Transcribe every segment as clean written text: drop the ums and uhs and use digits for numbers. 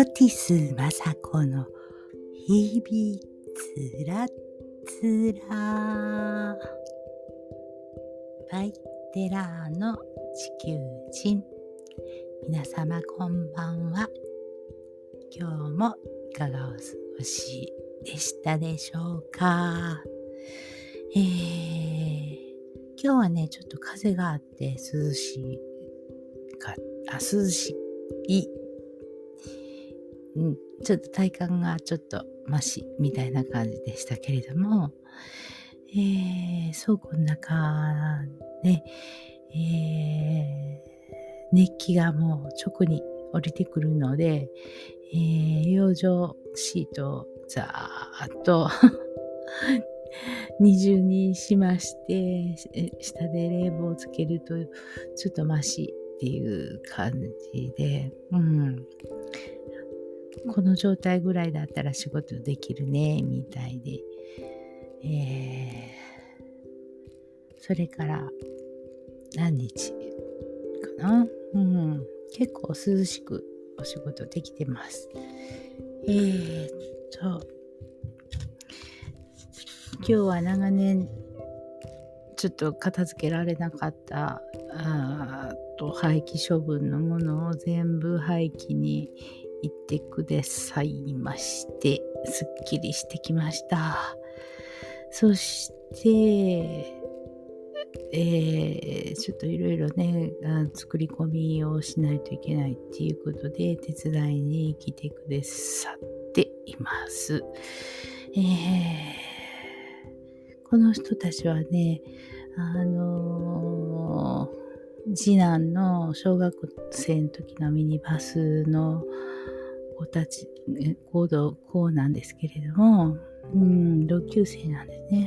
オティス雅子の日々つらつらバイテラーの地球人、皆様こんばんは。今日もいかがお過ごしでしたでしょうか。今日はねちょっと風があって涼しい、ちょっと体感がちょっとマシみたいな感じでしたけれども、倉庫の中で、熱気がもう直に降りてくるので、養生シートをざーっと二重にしまして、下で冷房をつけるとちょっとマシっていう感じで、この状態ぐらいだったら仕事できるねみたいで、それから何日かな、結構涼しくお仕事できてます。今日は長年ちょっと片付けられなかった廃棄処分のものを全部廃棄に行ってくださいまして、すっきりしてきました。そしてちょっといろいろね作り込みをしないといけないっていうことで手伝いに来てくださっています。この人たちはね、次男の小学生の時のミニバスの子たち、子なんですけれども、同級生なんですね。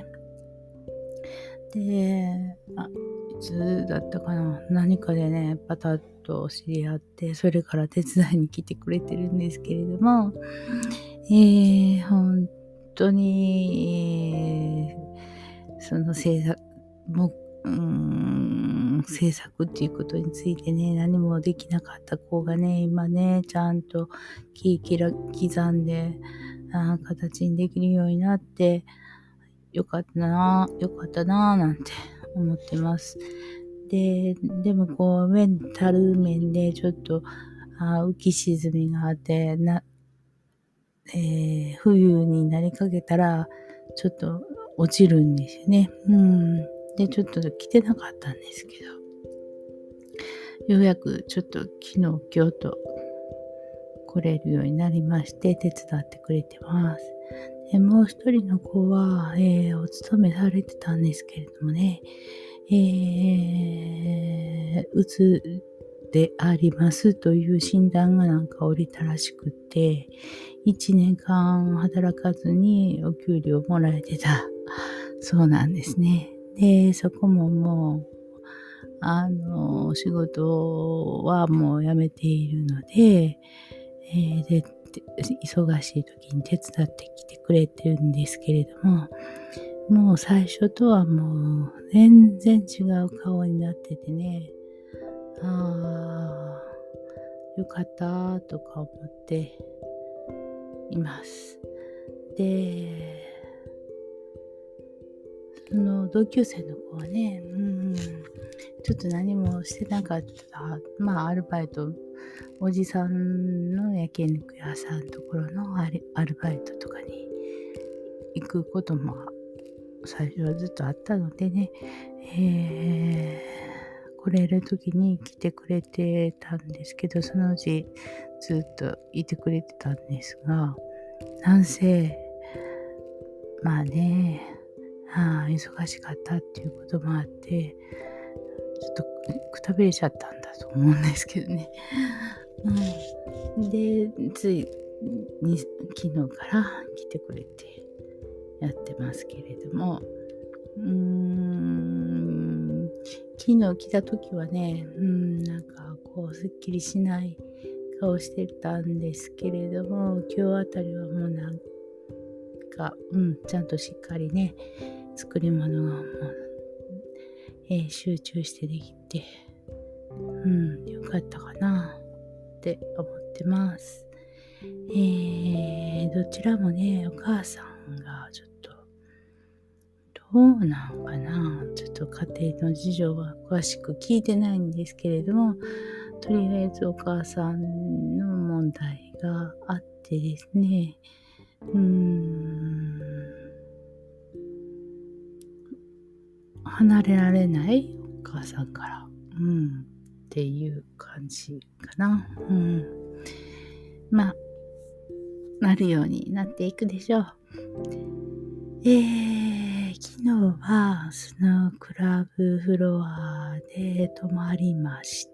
で、いつだったかな、何かでね、パタッと知り合って、それから手伝いに来てくれてるんですけれども、本当に、その制作っていうことについてね、何もできなかった子がね、今ね、ちゃんと刻んで、形にできるようになって、よかったななんて思ってます。でもこう、メンタル面でちょっと、浮き沈みがあって、冬になりかけたら、ちょっと落ちるんですよね。で、ちょっと来てなかったんですけど、ようやくちょっと昨日、今日と来れるようになりまして、手伝ってくれてます。でもう一人の子は、お勤めされてたんですけれどもね、うつでありますという診断がなんか降りたらしくて、1年間働かずにお給料もらえてたそうなんですね。で、そこももう仕事はもう辞めているので、で忙しい時に手伝ってきてくれてるんですけれども、もう最初とはもう全然違う顔になっててね、よかったとか思っています。で、その同級生の子はね、ちょっと何もしてなかった、アルバイト、おじさんの焼肉屋さんのところのアルバイトとかに行くことも最初はずっとあったのでね、来れる時に来てくれてたんですけど、そのうちずっといてくれてたんですが、なんせ忙しかったっていうこともあって、ちょっとくたびれちゃったんだと思うんですけどね。で、ついに昨日から来てくれてやってますけれども、昨日来た時はね、なんかこうすっきりしない顔してたんですけれども、今日あたりはもうなんか、ちゃんとしっかりね、作り物がもう、集中してできて、よかったかなって思ってます。 ちらもね、お母さんがちょっとどうなんかな、ちょっと家庭の事情は詳しく聞いてないんですけれども、とりあえずお母さんの問題があってですね、離れられないお母さんから、っていう感じかな。まあ、なるようになっていくでしょう。昨日はスノークラブフロアで泊まりまして、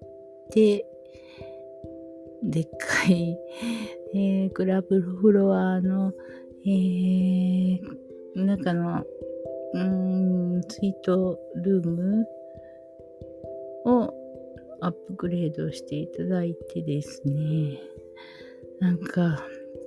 でっかい、クラブフロアの、中の、スイートルームをアップグレードしていただいてですね、なんか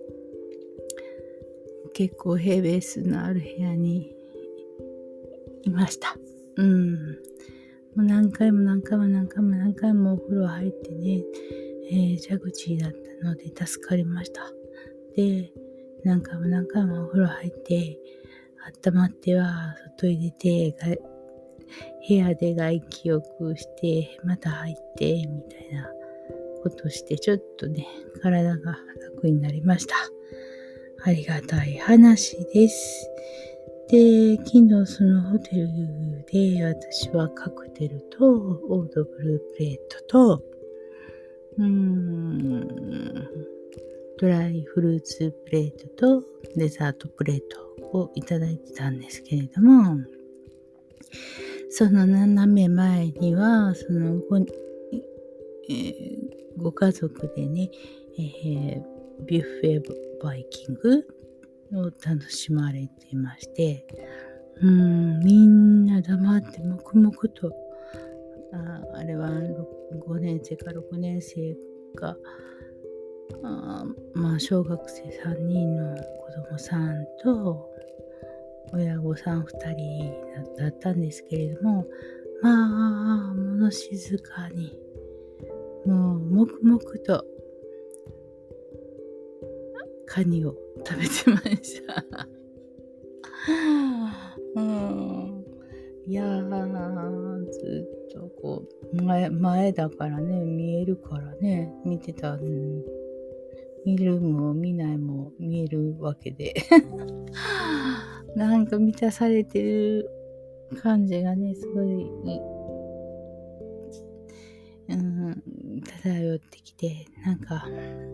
結構平米数のある部屋にいました。もう何回もお風呂入ってね、ジャグジーだったので助かりました。で、何回もお風呂入って、温まっては外に出て、部屋で外気浴して、また入って、みたいなことして、ちょっとね、体が楽になりました。ありがたい話です。で、昨日そのホテルで私はカクテルとオードブループレートと、ドライフルーツプレートとデザートプレートをいただいてたんですけれども、その斜め前にはそのご家族でね、ビュッフェバイキングを楽しまれていまして、みんな黙って黙々と、あれは5年生か6年生か、小学生3人の子供さんと親御さん2人だったんですけれども、物静かに、もう黙々とカニを食べてました。いやー、ずっとこう前だからね、見えるからね、見てた、見るも見ないも見えるわけでなんか満たされてる感じがね、すごい、漂ってきて、なんか、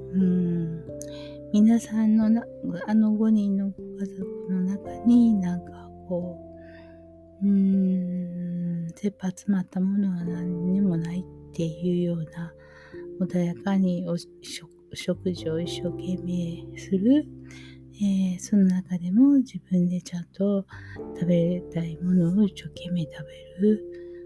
皆さんのあの5人のご家族の中になんかこう、切羽詰まったものは何にもないっていうような、穏やかに食事を一生懸命する、その中でも自分でちゃんと食べたいものを一生懸命食べる。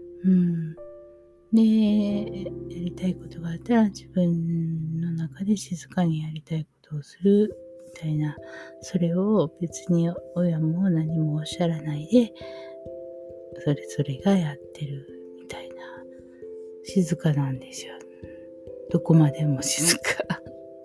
で、やりたいことがあったら自分の中で静かにやりたいことをするみたいな、それを別に親も何もおっしゃらないで、それぞれがやってるみたいな、静かなんですよ。どこまでも静か。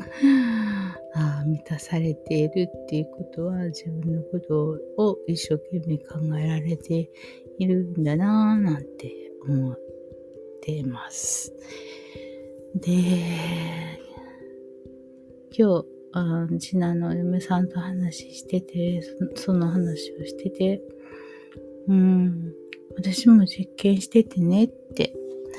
満たされているっていうことは自分のことを一生懸命考えられているんだなぁなんて思っています。で、今日次男の嫁さんと話してて、その話をしてて、私も実験しててねって、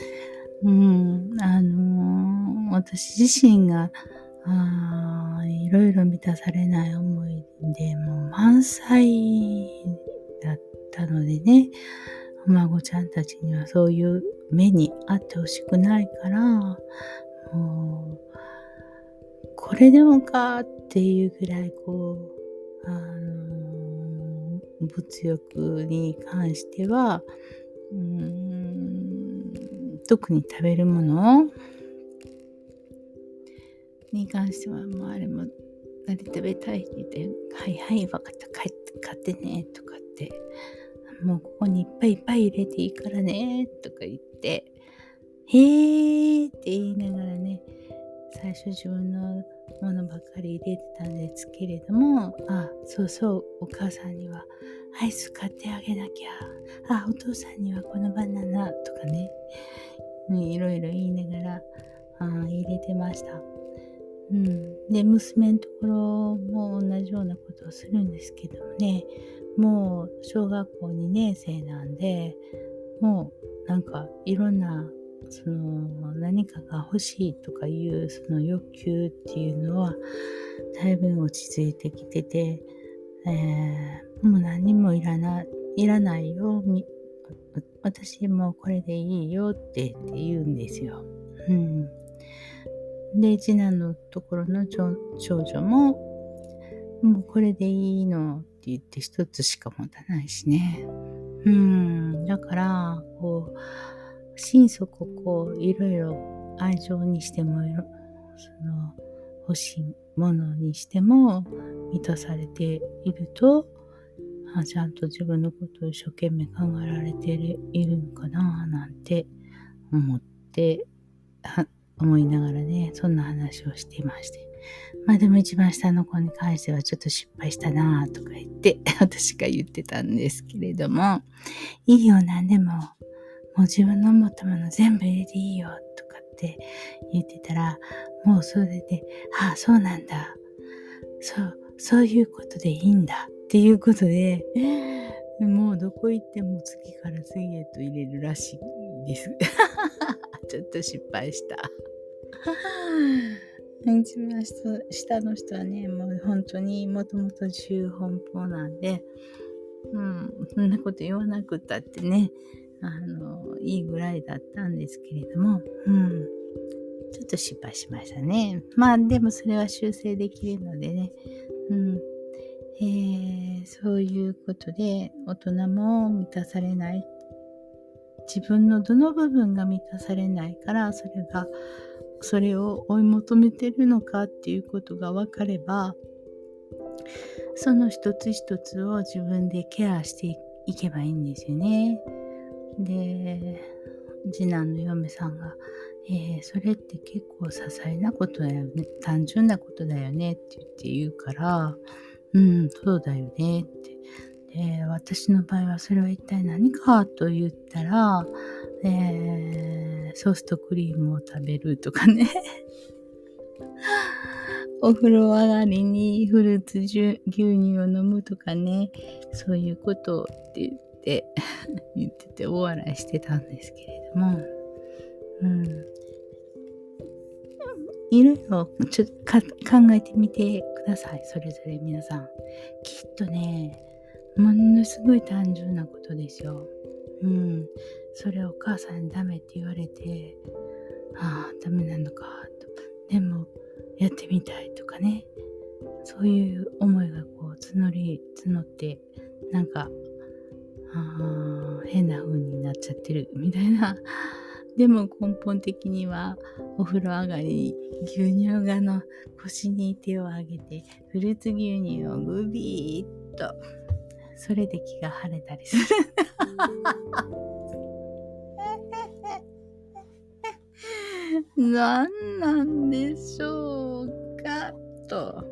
私自身がいろいろ満たされない思いでもう満載だったのでね、お孫ちゃんたちにはそういう目にあってほしくないから、もうこれでもかっていうぐらいこう物欲に関しては特に食べるものに関しては、あれも、あれ食べたいって言って、はいはい、分かった、買ってね、とかって、もうここにいっぱいいっぱい入れていいからね、とか言って、へーって言いながらね、最初自分のものばっかり入れてたんですけれども、そうそう、お母さんにはアイス買ってあげなきゃ、お父さんにはこのバナナとかね、いろいろ言いながら入れてました。で、娘のところも同じようなことをするんですけどもね、もう小学校2年生なんで、もうなんかいろんな何かが欲しいとかいうその欲求っていうのはだいぶ落ち着いてきてて、もう何もいらないよ、私もうこれでいいよって言うんですよ。で、次男のところの長女も、もうこれでいいのって言って一つしか持たないしね。だから、心底いろいろ愛情にしても、欲しいものにしても満たされていると、ちゃんと自分のことを一生懸命考えられているのかななんて思いながらね、そんな話をしていまして。でも一番下の子に関してはちょっと失敗したなとか言って私が言ってたんですけれども、いいよ、何でももう自分の思ったもの全部入れていいよとかって言ってたら、もうそれでそうなんだ、そういうことでいいんだっていうことで、もうどこ行っても次から次へと入れるらしいですちょっと失敗した一番下の人はね、もう本当にもともと自由奔放なんで、そんなこと言わなくったってね、いいぐらいだったんですけれども、ちょっと失敗しましたね。でもそれは修正できるのでね、そういうことで大人も満たされない。自分のどの部分が満たされないから、それを追い求めてるのかっていうことが分かれば、その一つ一つを自分でケアしていけばいいんですよね。で、次男の嫁さんが、それって結構些細なことだよね、単純なことだよねって言うから、そうだよねって。で、私の場合はそれは一体何かと言ったら、ソースとクリームを食べるとかねお風呂上がりにフルーツ牛乳を飲むとかね、そういうことって言ってて大笑いしてたんですけれども、いろいろちょっと考えてみてください。それぞれ皆さん。きっとね、ものすごい単純なことですよ。それをお母さんにダメって言われて、ダメなのかと。でもやってみたいとかね。そういう思いが募って、なんか変な風になっちゃってるみたいな。でも根本的にはお風呂上がりに牛乳が腰に手を上げてフルーツ牛乳をグビーっと、それで気が晴れたりする何なんでしょうかと。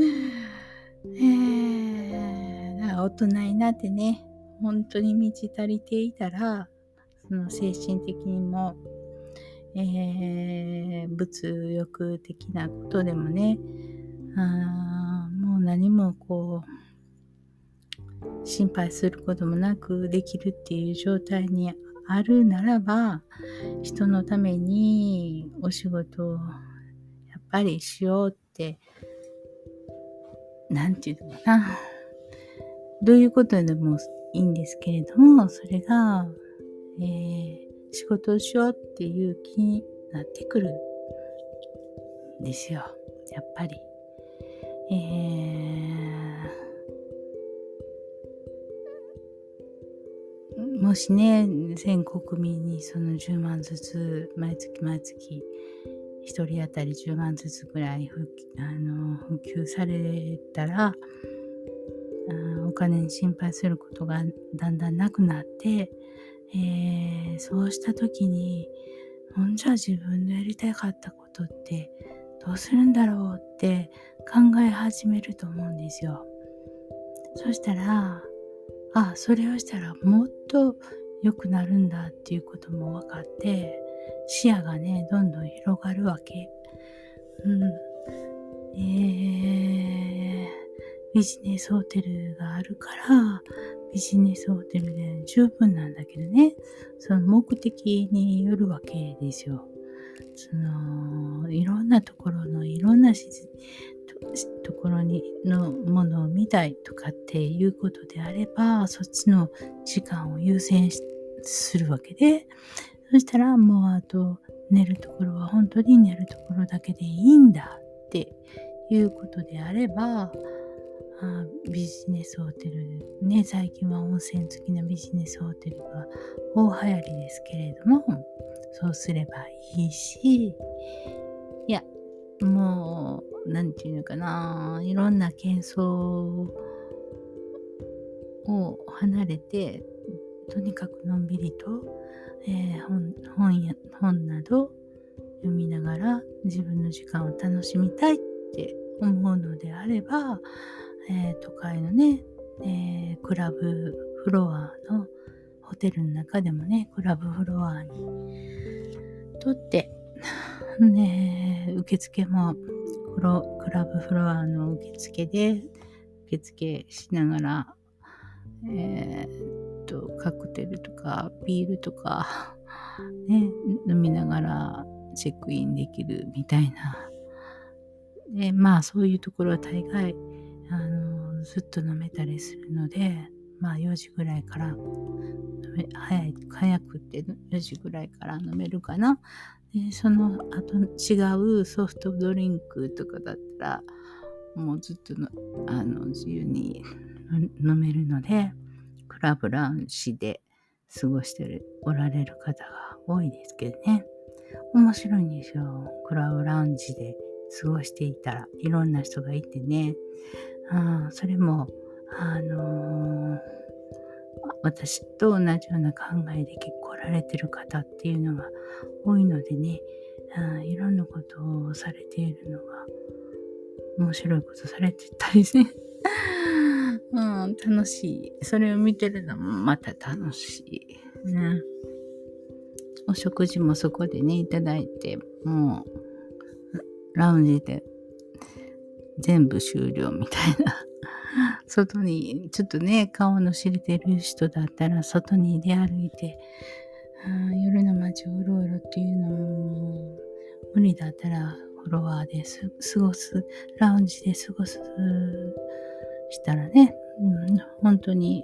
大人になってね、本当に満ち足りていたら、その精神的にも、物欲的なことでもね、もう何も心配することもなくできるっていう状態にあるならば、人のためにお仕事をやっぱりしようって、なんていうのかな、どういうことでもいいんですけれども、それが、仕事をしようっていう気になってくるんですよ、やっぱり。もしね、全国民にその10万ずつ毎月1人当たり10万ずつぐらい普及されたら、お金に心配することがだんだんなくなって、そうした時に、じゃあ自分のやりたかったことってどうするんだろうって考え始めると思うんですよ。そしたら、それをしたらもっと良くなるんだっていうことも分かって、視野がね、どんどん広がるわけ。ビジネスホテルがあるから、ビジネスホテルで十分なんだけどね、その目的によるわけですよ。いろんなところのいろんなところのものを見たいとかっていうことであれば、そっちの時間を優先するわけで、そしたらもうあと寝るところは本当に寝るところだけでいいんだっていうことであれば、ビジネスホテルね、最近は温泉付きのビジネスホテルが大流行りですけれども、そうすればいいし、いや、もうなんていうのかな、いろんな喧騒を離れて、とにかくのんびりと、本など読みながら自分の時間を楽しみたいって思うのであれば、都会のね、クラブフロアのホテルの中でもね、クラブフロアにとって受付もクラブフロアの受付で受付しながら、カクテルとかビールとかね、飲みながらチェックインできるみたいな。で、そういうところは大概ずっと飲めたりするので、4時ぐらいから早くって4時ぐらいから飲めるかな。で、その後違うソフトドリンクとかだったらもうずっと自由に飲めるので、クラブラウンジで過ごしておられる方が多いですけどね。面白いんですよ。クラブラウンジで過ごしていたらいろんな人がいてね。それも私と同じような考えで結構来られてる方っていうのが多いのでね、いろんなことをされているのが面白いことされてたりね。楽しい。それを見てるのもまた楽しい。ね。お食事もそこでね、いただいて、もう、ラウンジで全部終了みたいな。外に、ちょっとね、顔の知れてる人だったら、外に出歩いて、夜の街をうろうろっていうのも、無理だったら、フロアで過ごす、ラウンジで過ごす、したらね、本当に、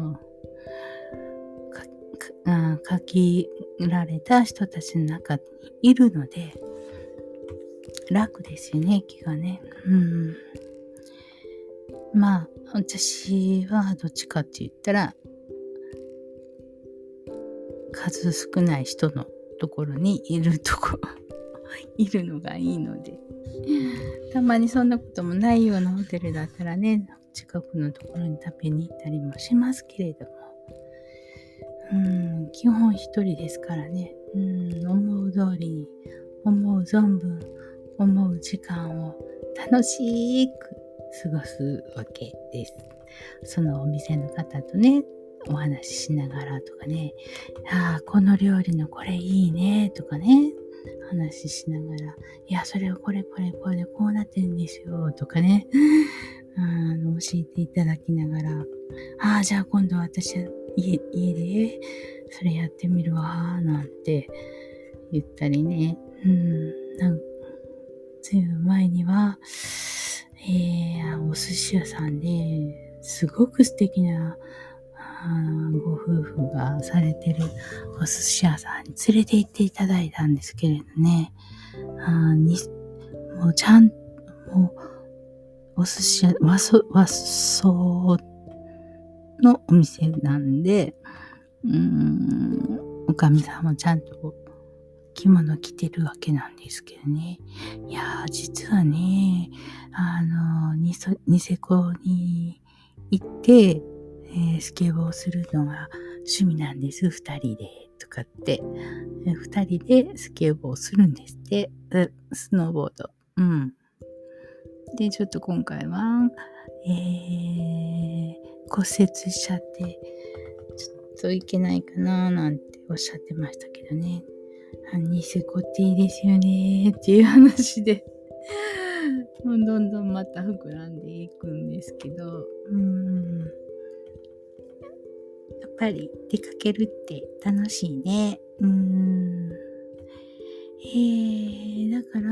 限られた人たちの中にいるので、楽ですよね、気がね。私はどっちかって言ったら、数少ない人のところにいるのがいいので、たまにそんなこともないようなホテルだったらね、近くのところに食べに行ったりもしますけれども、基本一人ですからね、思う通りに、思う存分、思う時間を楽しく過ごすわけです。そのお店の方とね、お話ししながらとかね、この料理のこれいいねとかね、話ししながら、いや、それをこれでこうなってるんですよとかね、教えていただきながら、じゃあ今度私は家でそれやってみるわなんて言ったりね、ずいぶん前には、お寿司屋さんですごく素敵なご夫婦がされてるお寿司屋さんに連れて行っていただいたんですけれどね、もうちゃん、もうお寿司屋、和装のお店なんで、おかみさんもちゃんと着物着てるわけなんですけどね。いやー、実はね、ニセコに行って、スケボーするのが趣味なんです。二人でとかって。二人でスケボーするんですって。スノーボード。 で、ちょっと今回は、骨折しちゃって、ちょっといけないかななんておっしゃってましたけどね。ニセコっていいですよねっていう話でもうどんどんまた膨らんでいくんですけど、やっぱり出かけるって楽しいね。だから、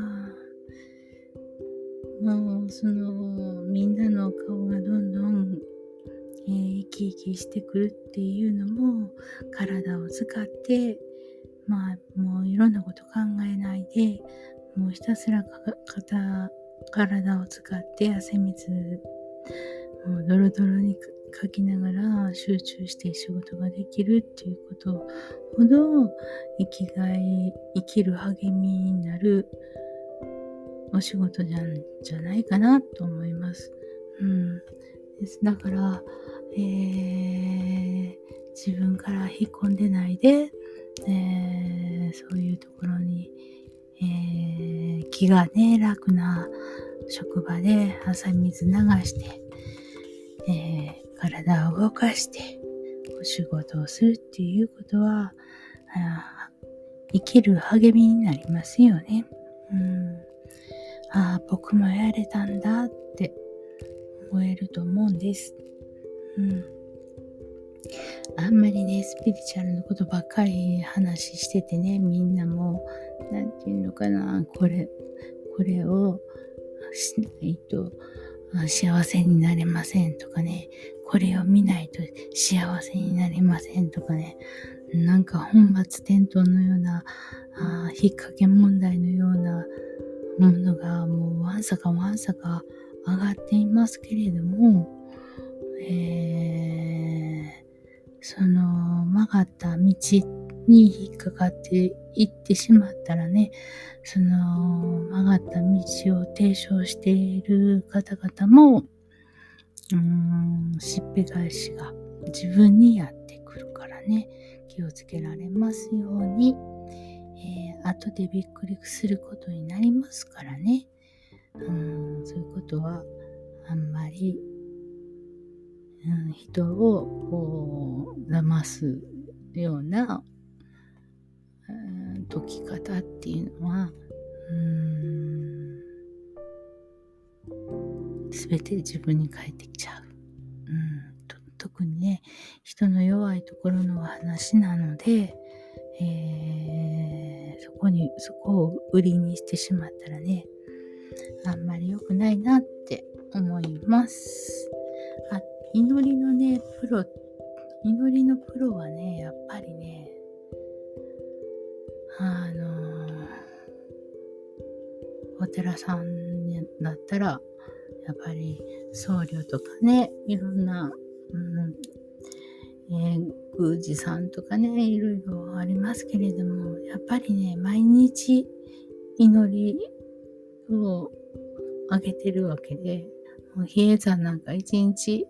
もうみんなの顔がどんどん、生き生きしてくるっていうのも体を使って、もういろんなこと考えないで、もうひたすら体を使って汗水もうドロドロにかきながら集中して仕事ができるっていうことほど生きる励みになるお仕事じゃないかなと思います。だから、自分から引っ込んでないで、そういうところに、気がね楽な職場で汗水流して、体を動かしてお仕事をするっていうことは生きる励みになりますよね。僕もやれたんだって思えると思うんです。あんまりね、スピリチュアルのことばっかり話しててね、みんなもなんていうのかな、これをしないと幸せになれませんとかね、これを見ないと幸せになれませんとかね、なんか本末転倒のような引っ掛け問題のようなものがもうわんさか上がっていますけれども、その曲がった道に引っかかっていってしまったらね、その曲がった道を提唱している方々もしっぺ返しが自分にやってくるからね、気をつけられますように、後でびっくりすることになりますからね。そういうことはあんまり、人をこう騙すような、解き方っていうのは全て自分に返ってきちゃう。特にね、人の弱いところの話なので、そこを売りにしてしまったらね、あんまり良くないなって思います。祈りのプロはね、やっぱりね、お寺さんだったらやっぱり僧侶とかね、いろんな、宮司さんとかね、いろいろありますけれども、やっぱりね、毎日祈りをあげてるわけで、もう比叡山なんか一日、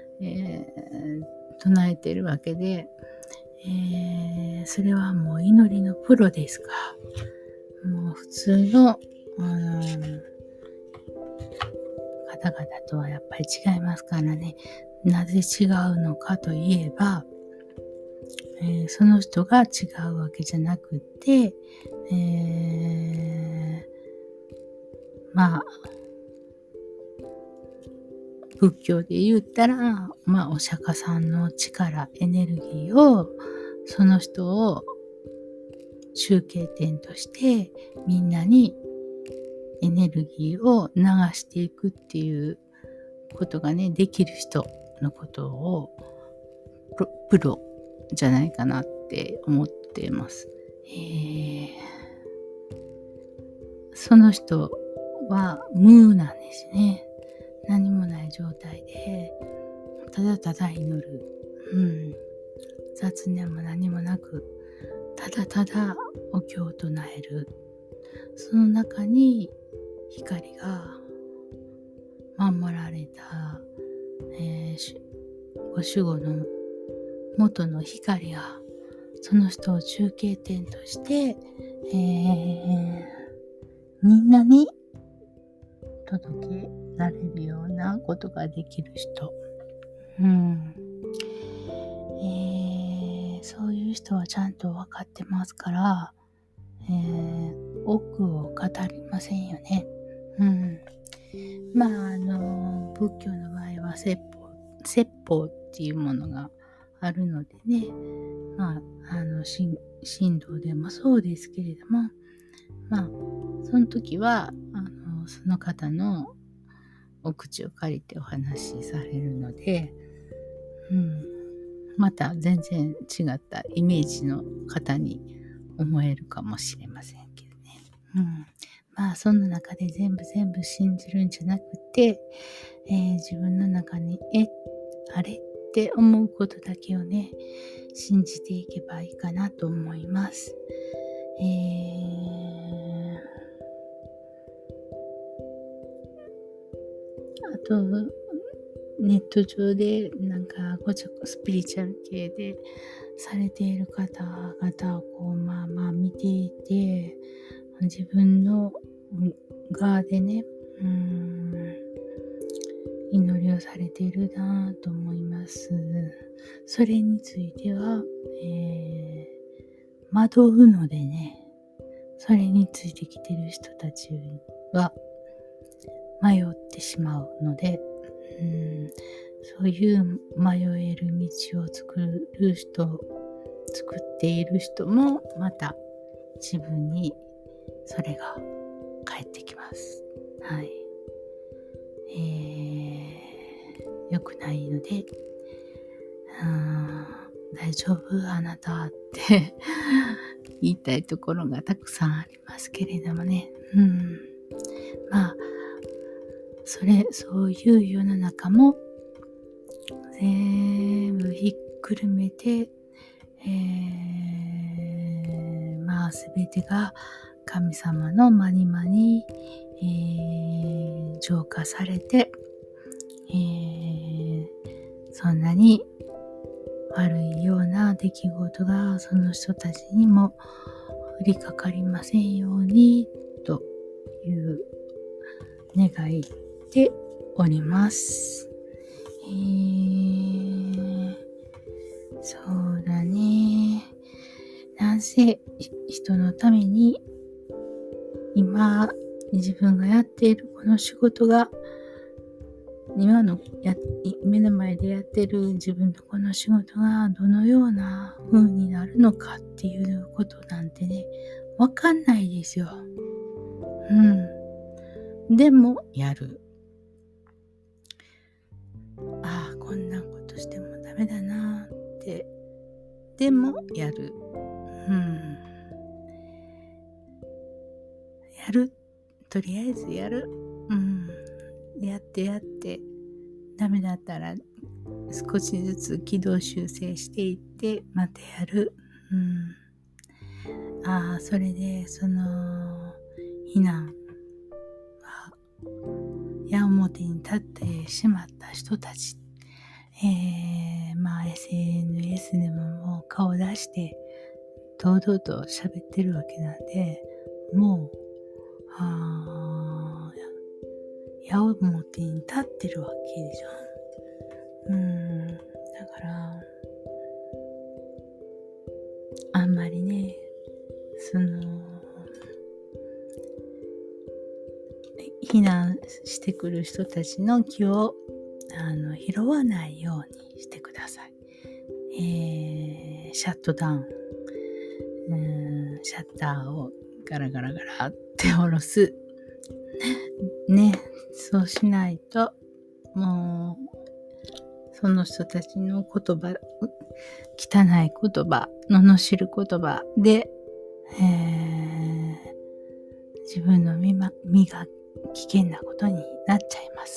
唱えてるわけで、それはもう祈りのプロですか。もう普通の、方々とはやっぱり違いますからね。なぜ違うのかといえば、その人が違うわけじゃなくて、仏教で言ったら、お釈迦さんの力、エネルギーを、その人を中継点としてみんなにエネルギーを流していくっていうことがね、できる人のことをプロじゃないかなって思っています。その人は無なんですね。何もない状態でただただ祈る、雑念も何もなくただただお経を唱える。その中に光が守られた、ご守護の元の光がその人を中継点として、 みんなに届けられるようなことができる人、そういう人はちゃんと分かってますから、奥を語りませんよね。仏教の場合は説法っていうものがあるのでね、神道でもそうですけれども、その時はその方のお口を借りてお話しされるので、また全然違ったイメージの方に思えるかもしれませんけどね。その中で全部信じるんじゃなくて、自分の中にあれって思うことだけをね、信じていけばいいかなと思います。あとネット上でスピリチュアル系でされている方々を見ていて、自分の側でね、祈りをされているなと思います。それについては、惑うのでね、それについてきている人たちは迷ってしまうので、そういう迷える道を作っている人もまた自分にそれが返ってきます。良くないので、大丈夫あなたって言いたいところがたくさんありますけれどもね、そういう世の中も全部ひっくるめて、全てが神様のまにまに、浄化されて、そんなに悪いような出来事がその人たちにも降りかかりませんようにという願いでおります。そうだね。なんせ人のために今自分がやっているこの仕事が目の前でやってる自分のこの仕事がどのような風になるのかっていうことなんてね、わかんないですよ。でもやる。こんなことしてもダメだなって。でもやる。やる。とりあえずやる。やってダメだったら少しずつ軌道修正していってまたやる。それでその非難は矢面に立ってしまった人たち、SNS でもう顔出して堂々と喋ってるわけなんで、もう矢面に立ってるわけでしょ。だからあんまりね、非難してくる人たちの気を拾わないようにしてください。シャットダウン、シャッターをガラガラって下ろすね。そうしないともうその人たちの言葉、汚い言葉、罵る言葉で、自分の身が危険なことになっちゃいます。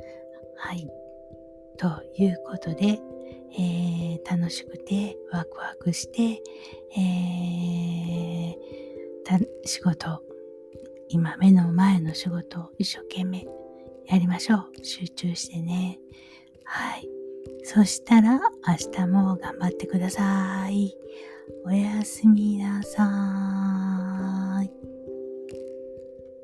ということで、楽しくてワクワクして、仕事、今目の前の仕事を一生懸命やりましょう。集中してね。そしたら明日も頑張ってください。おやすみなさい。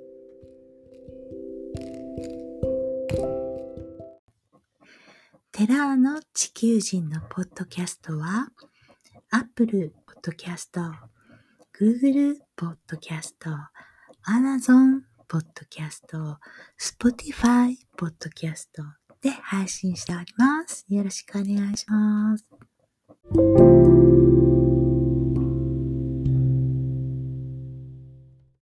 テラーの地球人のポッドキャストは、Apple Podcast、Google Podcast、Amazon Podcast、Spotify Podcast で配信しております。よろしくお願いします。